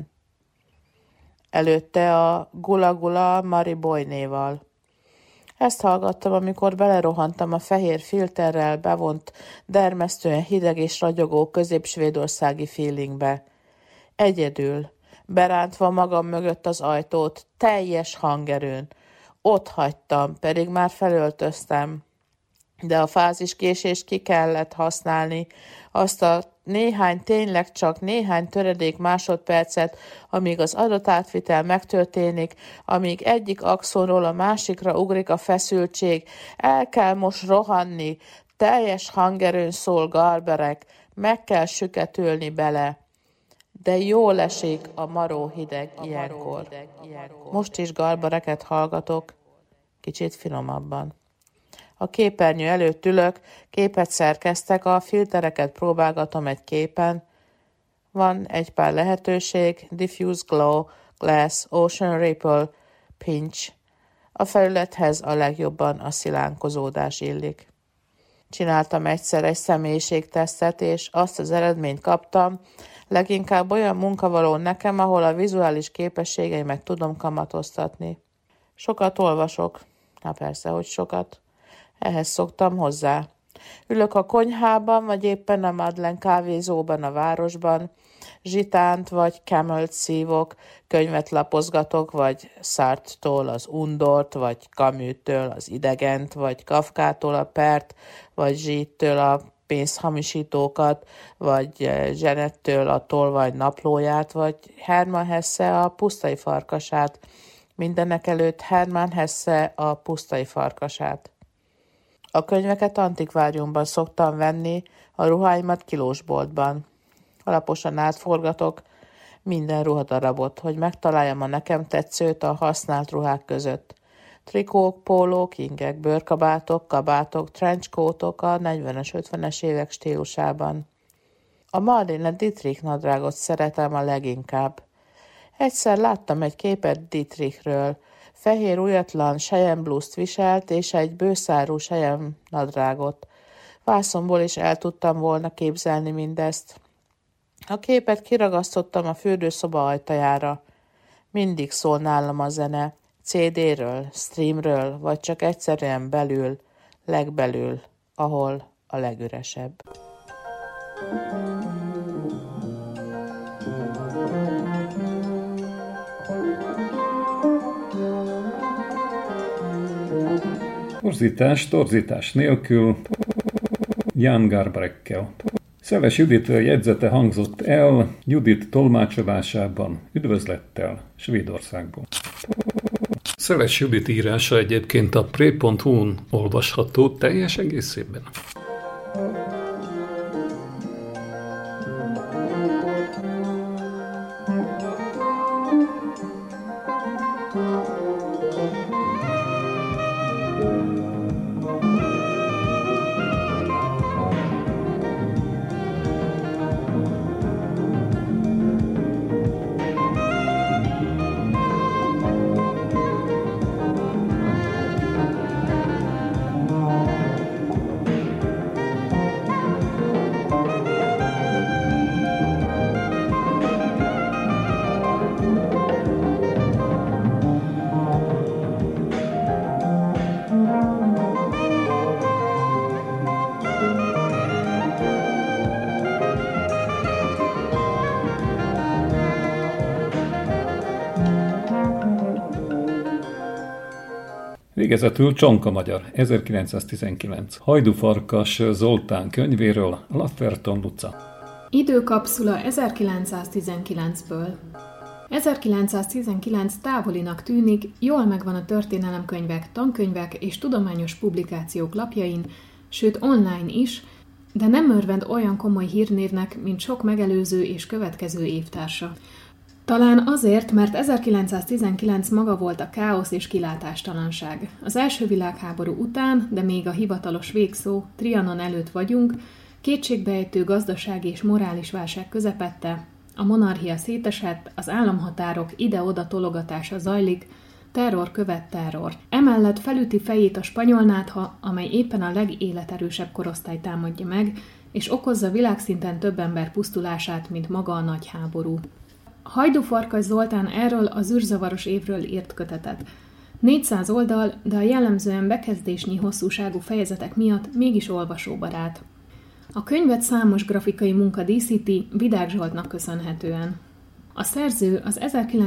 Előtte a Gula Gula Mari Boynéval. Ezt hallgattam, amikor belerohantam a fehér filterrel bevont, dermesztően hideg és ragyogó közép-svédországi feelingbe. Egyedül, berántva magam mögött az ajtót, teljes hangerőn. Ott hagytam, pedig már felöltöztem. De a fáziskésést ki kellett használni, azt a néhány, tényleg csak néhány töredék másodpercet, amíg az adatátvitel megtörténik, amíg egyik axonról a másikra ugrik a feszültség, el kell most rohanni, teljes hangerőn szól Garbarek, meg kell süketülni bele. De jól esik a maró hideg ilyenkor. Most is Garbareket hallgatok, kicsit finomabban. A képernyő előtt ülök, képet szerkeztek, a filtereket próbálgatom egy képen. Van egy pár lehetőség, Diffuse Glow, Glass, Ocean Ripple, Pinch. A felülethez a legjobban a szilánkozódás illik. Csináltam egyszer egy személyiségtesztet, és azt az eredményt kaptam, leginkább olyan munkavaló nekem, ahol a vizuális képességeimet tudom kamatoztatni. Sokat olvasok. Na persze, hogy sokat. Ehhez szoktam hozzá. Ülök a konyhában, vagy éppen a Madeleine kávézóban a városban, zsitánt vagy Camelt szívok, könyvet lapozgatok, vagy Sartre-tól az Undort, vagy Camus-től az Idegent, vagy Kafkától a Pert, vagy Zsíttől a pénzhamisítókat, vagy Zsenettől a Tolvaj naplóját, vagy Hermann Hesse a Pusztai farkasát. Mindenek előtt Hermann Hesse a Pusztai farkasát. A könyveket antikváriumban szoktam venni, a ruháimat kilósboltban. Alaposan átforgatok minden ruhadarabot, hogy megtaláljam a nekem tetszőt a használt ruhák között. Trikók, pólók, ingek, bőrkabátok, kabátok, trenchcoatok a 40-es, 50-es évek stílusában. A Marlene Dietrich nadrágot szeretem a leginkább. Egyszer láttam egy képet Dietrichről, fehér újatlan selyemblúzt viselt és egy bőszárú selyem nadrágot. Vászomból is el tudtam volna képzelni mindezt. A képet kiragasztottam a fürdőszoba ajtajára. Mindig szól nálam a zene, CD-ről, streamről, vagy csak egyszerűen belül, legbelül, ahol a legüresebb. Torzítás nélkül, Jan Garbarekkel. Szeles Judit jegyzete hangzott el Judit tolmácsolásában, üdvözlettel Svédországból. Szeles Judit írása egyébként a pre.hu-n olvasható teljes egészében. Végezetül Csonka Magyar, 1919. Hajdúfarkas Zoltán könyvéről, Lafferton Luca. Időkapszula 1919-ből. 1919 távolinak tűnik, jól megvan a történelemkönyvek, tankönyvek és tudományos publikációk lapjain, sőt online is, de nem örvend olyan komoly hírnévnek, mint sok megelőző és következő évtársa. Talán azért, mert 1919 maga volt a káosz és kilátástalanság. Az első világháború után, de még a hivatalos végszó, Trianon előtt vagyunk, kétségbeejtő gazdasági és morális válság közepette, a monarchia szétesett, az államhatárok ide-oda tologatása zajlik, terror követ terror. Emellett felüti fejét a spanyol nátha, amely éppen a legéleterősebb korosztály támadja meg, és okozza világszinten több ember pusztulását, mint maga a nagy háború. Hajdú Farkas Zoltán erről az űrzavaros évről írt kötetet. 400 oldal, de a jellemzően bekezdésnyi hosszúságú fejezetek miatt mégis olvasóbarát. A könyvet számos grafikai munka díszíti Vidák Zsoltnak köszönhetően. A szerző az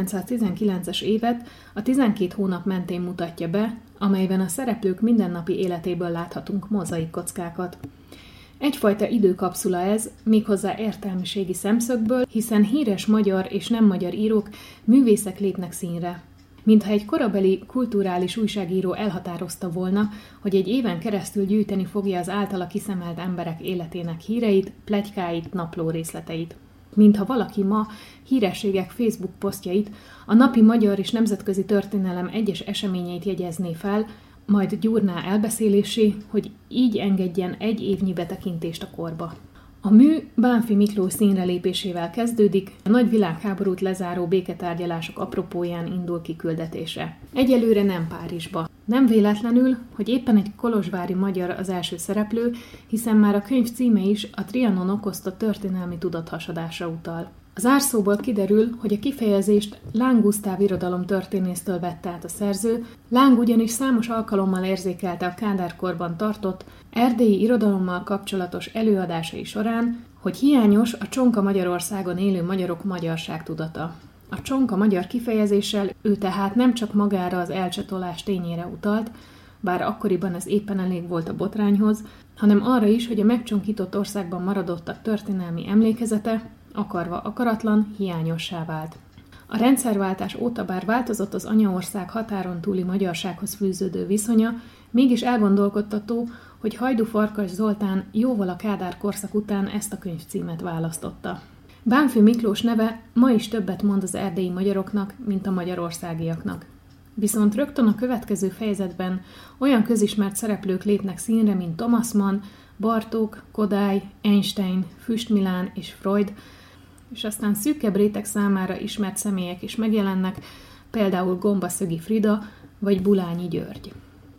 1919-es évet a 12 hónap mentén mutatja be, amelyben a szereplők mindennapi életéből láthatunk mozaik kockákat. Egyfajta időkapszula ez, méghozzá értelmiségi szemszögből, hiszen híres magyar és nem magyar írók, művészek lépnek színre. Mintha egy korabeli kulturális újságíró elhatározta volna, hogy egy éven keresztül gyűjteni fogja az általa kiszemelt emberek életének híreit, pletykáit, napló részleteit. Mintha valaki ma hírességek Facebook posztjait, a napi magyar és nemzetközi történelem egyes eseményeit jegyezné fel, majd gyúrná elbeszélésé, hogy így engedjen egy évnyi betekintést a korba. A mű Bánffy Miklós színre lépésével kezdődik, a nagy világháborút lezáró béketárgyalások apropóján indul ki küldetésre. Egyelőre nem Párizsba. Nem véletlenül, hogy éppen egy kolozsvári magyar az első szereplő, hiszen már a könyv címe is a Trianon okozta történelmi tudathasadásra utal. Az zárszóból kiderül, hogy a kifejezést Láng Gusztáv irodalomtörténésztől vette át a szerző, Láng ugyanis számos alkalommal érzékelte a Kádár-korban tartott erdélyi irodalommal kapcsolatos előadásai során, hogy hiányos a csonka Magyarországon élő magyarok magyarságtudata. A csonka magyar kifejezéssel ő tehát nem csak magára az elcsatolás tényére utalt, bár akkoriban ez éppen elég volt a botrányhoz, hanem arra is, hogy a megcsonkított országban maradottak történelmi emlékezete, akarva akaratlan, hiányossá vált. A rendszerváltás óta bár változott az anyaország határon túli magyarsághoz fűződő viszonya, mégis elgondolkodtató, hogy Hajdú Farkas Zoltán jóval a Kádár korszak után ezt a könyvcímet választotta. Bánffy Miklós neve ma is többet mond az erdélyi magyaroknak, mint a magyarországiaknak. Viszont rögtön a következő fejezetben olyan közismert szereplők lépnek színre, mint Thomas Mann, Bartók, Kodály, Einstein, Füst Milán és Freud, és aztán szűkebb réteg számára ismert személyek is megjelennek, például Gombaszögi Frida vagy Bulányi György.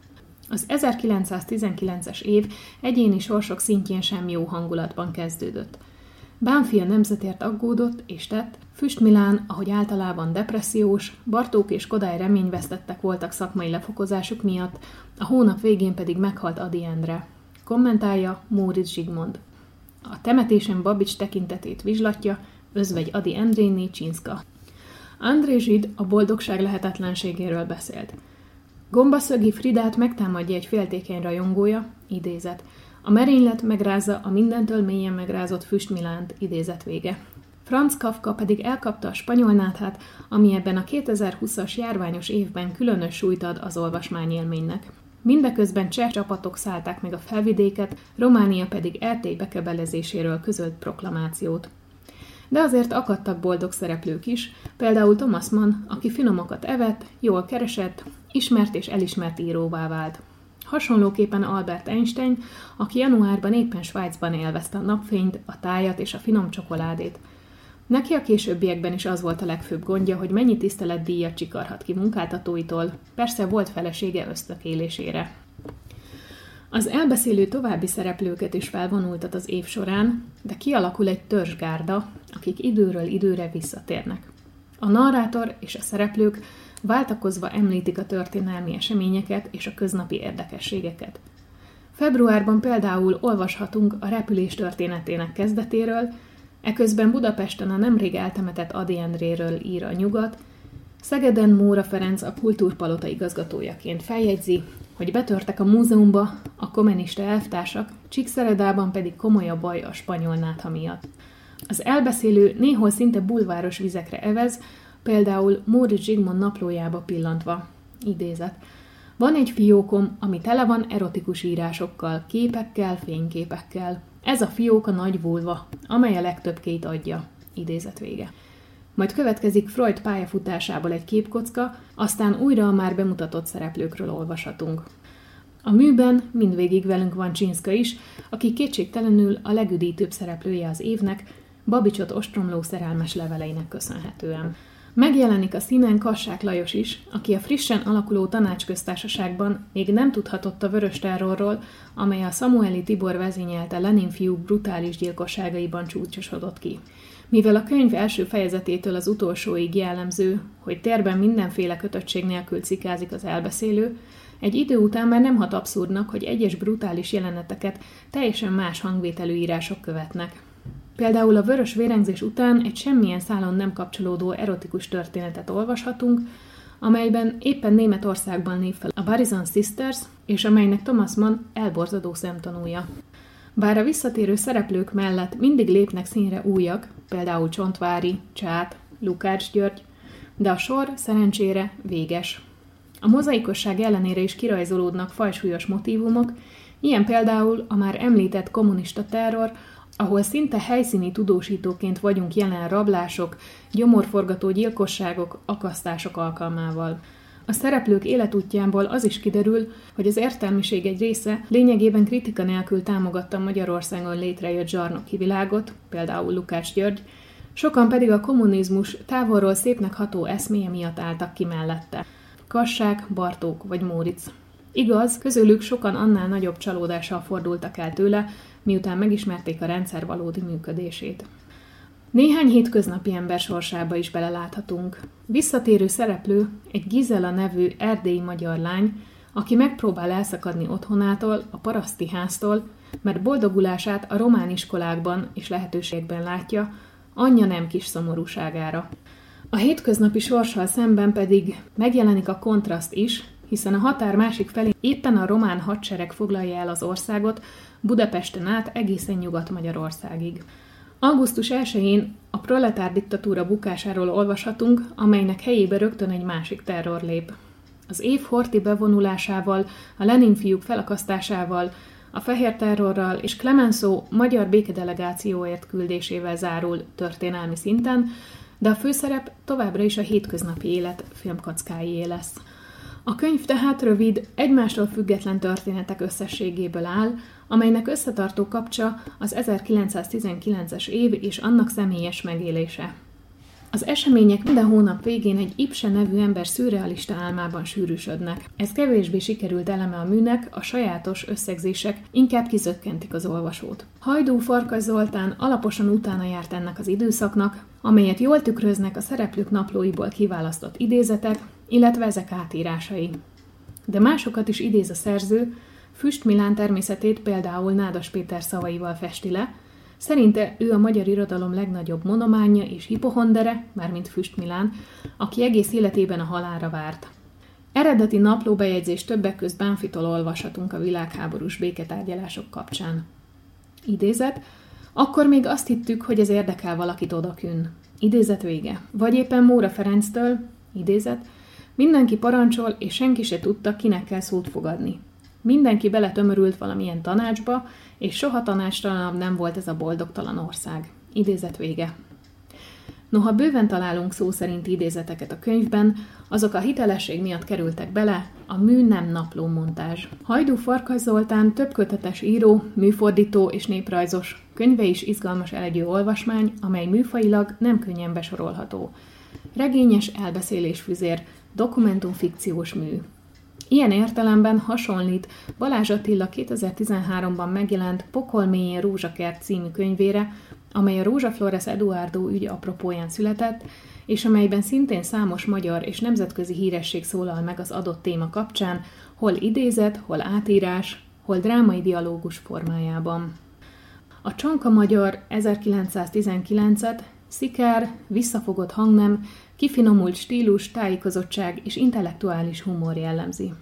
Az 1919-es év egyéni sorsok szintjén sem jó hangulatban kezdődött. Bánffy a nemzetért aggódott és tett, Füst Milán, ahogy általában depressziós, Bartók és Kodály reményvesztettek voltak szakmai lefokozásuk miatt, a hónap végén pedig meghalt Ady Endre. Kommentálja Móricz Zsigmond. A temetésen Babics tekintetét vizslatja, özvegy Ady Endréné Csinszka. André Zsid a boldogság lehetetlenségéről beszélt. Gombaszögi Fridát megtámadja egy féltékeny rajongója, idézet. A merénylet megrázza a mindentől mélyen megrázott Füst Milánt, idézet vége. Franz Kafka pedig elkapta a spanyol náthát, ami ebben a 2020-as járványos évben különös súlyt ad az olvasmányélménynek. Mindeközben cseh csapatok szállták meg a felvidéket, Románia pedig Erdély bekebelezéséről közölt proklamációt. De azért akadtak boldog szereplők is, például Thomas Mann, aki finomokat evett, jól keresett, ismert és elismert íróvá vált. Hasonlóképpen Albert Einstein, aki januárban éppen Svájcban élvezte a napfényt, a tájat és a finom csokoládét. Neki a későbbiekben is az volt a legfőbb gondja, hogy mennyi tiszteletdíjat csikarhat ki munkáltatóitól, persze volt felesége ösztökélésére. Az elbeszélő további szereplőket is felvonultat az év során, de kialakul egy törzsgárda, akik időről időre visszatérnek. A narrátor és a szereplők váltakozva említik a történelmi eseményeket és a köznapi érdekességeket. Februárban például olvashatunk a repülés történetének kezdetéről, eközben Budapesten a nemrég eltemetett Ady Endréről ír a Nyugat, Szegeden Móra Ferenc a Kultúrpalota igazgatójaként feljegyzi, hogy betörtek a múzeumba a kommunista elvtársak, Csíkszeredában pedig komoly a baj a spanyol nátha miatt. Az elbeszélő néhol szinte bulváros vizekre evez, például Móricz Zsigmond naplójába pillantva. Idézet. Van egy fiókom, ami tele van erotikus írásokkal, képekkel, fényképekkel. Ez a fiók a nagy vulva, amely a legtöbb két adja. Idézet vége. Majd következik Freud pályafutásából egy képkocka, aztán újra a már bemutatott szereplőkről olvashatunk. A műben mindvégig velünk van Csinszka is, aki kétségtelenül a legüdítőbb szereplője az évnek, Babicsot ostromló szerelmes leveleinek köszönhetően. Megjelenik a színen Kassák Lajos is, aki a frissen alakuló tanácsköztársaságban még nem tudhatott a vörös terrorról, amely a Szamuely Tibor vezényelte Lenin fiúk brutális gyilkosságaiban csúcsosodott ki. Mivel a könyv első fejezetétől az utolsóig jellemző, hogy térben mindenféle kötöttség nélkül cikázik az elbeszélő, egy idő után már nem hat abszurdnak, hogy egyes brutális jeleneteket teljesen más hangvételű írások követnek. Például a vörös vérengzés után egy semmilyen szálon nem kapcsolódó erotikus történetet olvashatunk, amelyben éppen Németországban lép fel a Barizon Sisters, és amelynek Thomas Mann elborzadó szemtanúja. Bár a visszatérő szereplők mellett mindig lépnek színre újak, például Csontváry, Csát, Lukács György, de a sor szerencsére véges. A mozaikosság ellenére is kirajzolódnak fajsúlyos motívumok, ilyen például a már említett kommunista terror, ahol szinte helyszíni tudósítóként vagyunk jelen rablások, gyomorforgató gyilkosságok, akasztások alkalmával. A szereplők életútjából az is kiderül, hogy az értelmiség egy része lényegében kritika nélkül támogatta Magyarországon létrejött zsarnoki világot, például Lukács György, sokan pedig a kommunizmus távolról szépnek ható eszméje miatt álltak ki mellette. Kassák, Bartók vagy Móricz. Igaz, közülük sokan annál nagyobb csalódással fordultak el tőle, miután megismerték a rendszer valódi működését. Néhány hétköznapi ember sorsába is beleláthatunk. Visszatérő szereplő egy Gizela nevű erdélyi magyar lány, aki megpróbál elszakadni otthonától, a paraszti háztól, mert boldogulását a román iskolákban és lehetőségben látja, anyja nem kis szomorúságára. A hétköznapi sorssal szemben pedig megjelenik a kontraszt is, hiszen a határ másik felén éppen a román hadsereg foglalja el az országot, Budapesten át egészen Nyugat-Magyarországig. Augusztus 1-én a proletár diktatúra bukásáról olvashatunk, amelynek helyébe rögtön egy másik terror lép. Az év Horthy bevonulásával, a Lenin fiúk felakasztásával, a fehér terrorral és Clemenceau magyar békedelegációért küldésével zárul történelmi szinten, de a főszerep továbbra is a hétköznapi élet filmkockáié lesz. A könyv tehát rövid, egymástól független történetek összességéből áll, amelynek összetartó kapcsa az 1919-es év és annak személyes megélése. Az események minden hónap végén egy Ibse nevű ember szürrealista álmában sűrűsödnek. Ez kevésbé sikerült eleme a műnek, a sajátos összegzések inkább kizökkentik az olvasót. Hajdú Farkas Zoltán alaposan utána járt ennek az időszaknak, amelyet jól tükröznek a szereplők naplóiból kiválasztott idézetek, illetve ezek átírásai. De másokat is idéz a szerző, Füst Milán természetét például Nádas Péter szavaival festi le, szerinte ő a magyar irodalom legnagyobb monománja és hipohondere, mármint Füst Milán, aki egész életében a halálra várt. Eredeti naplóbejegyzést többek közt Bánfitól olvashatunk a világháborús béketárgyalások kapcsán. Idézet: akkor még azt hittük, hogy ez érdekel valakit odakünn. Idézet vége. Vagy éppen Móra Ferenctől, idézet: mindenki parancsol, és senki se tudta, kinek kell szót fogadni. Mindenki beletömörült valamilyen tanácsba, és soha tanácstalanabb nem volt ez a boldogtalan ország. Idézet vége. Noha bőven találunk szó szerint idézeteket a könyvben, azok a hitelesség miatt kerültek bele, a mű nem naplómontázs. Hajdú Farkas Zoltán többkötetes író, műfordító és néprajzos, könyve is izgalmas elegyű olvasmány, amely műfajilag nem könnyen besorolható. Regényes elbeszélésfüzér, dokumentumfikciós mű. Ilyen értelemben hasonlít Balázs Attila 2013-ban megjelent Pokol mélyén rózsakert című könyvére, amely a Rózsa Flores Eduardo ügy apropóján született, és amelyben szintén számos magyar és nemzetközi híresség szólal meg az adott téma kapcsán, hol idézet, hol átírás, hol drámai dialógus formájában. A Csonka magyar 1919-et szikár, visszafogott hangnem, kifinomult stílus, tájékozottság és intellektuális humor jellemzi.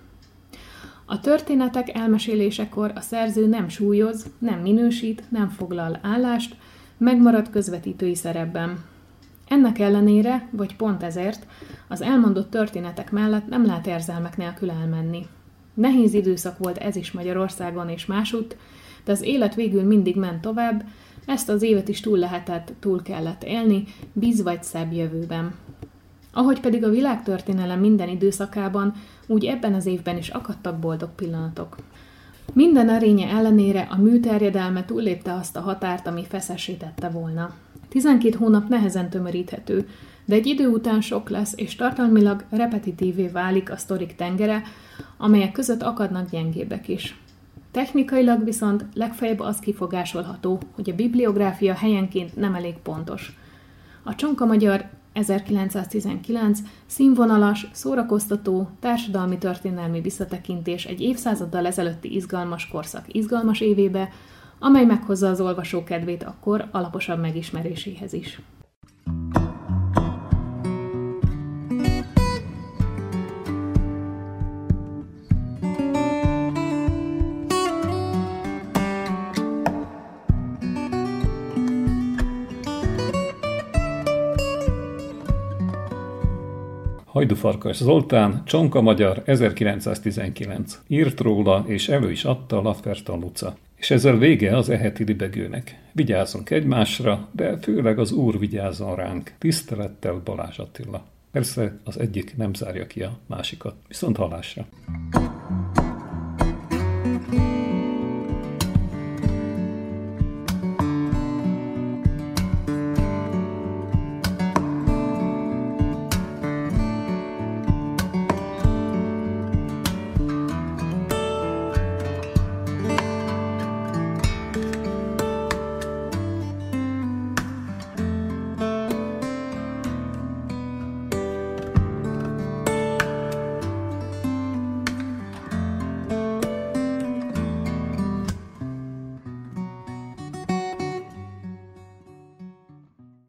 A történetek elmesélésekor a szerző nem súlyoz, nem minősít, nem foglal állást, megmarad közvetítői szerepben. Ennek ellenére, vagy pont ezért, az elmondott történetek mellett nem lát érzelmek nélkül elmenni. Nehéz időszak volt ez is Magyarországon és másutt, de az élet végül mindig ment tovább, ezt az évet is túl kellett élni, bízva egy szebb jövőben. Ahogy pedig a világtörténelem minden időszakában, úgy ebben az évben is akadtak boldog pillanatok. Minden erénye ellenére a műterjedelme túllépte azt a határt, ami feszessé tette volna. 12 hónap nehezen tömöríthető, de egy idő után sok lesz, és tartalmilag repetitívé válik a sztorik tengere, amelyek között akadnak gyengébbek is. Technikailag viszont legfeljebb az kifogásolható, hogy a bibliográfia helyenként nem elég pontos. A Csonka Magyar 1919 színvonalas, szórakoztató, társadalmi-történelmi visszatekintés egy évszázaddal ezelőtti izgalmas korszak izgalmas évébe, amely meghozza az olvasó kedvét akkor alaposabb megismeréséhez is. Hajdúfarkas Zoltán, Csonka Magyar, 1919. Írt róla, és elő is adta Lafferton Luca. És ezzel vége az eheti libegőnek. Vigyázzunk egymásra, de főleg az Úr vigyázzon ránk. Tisztelettel Balázs Attila. Persze az egyik nem zárja ki a másikat. Viszont hallásra.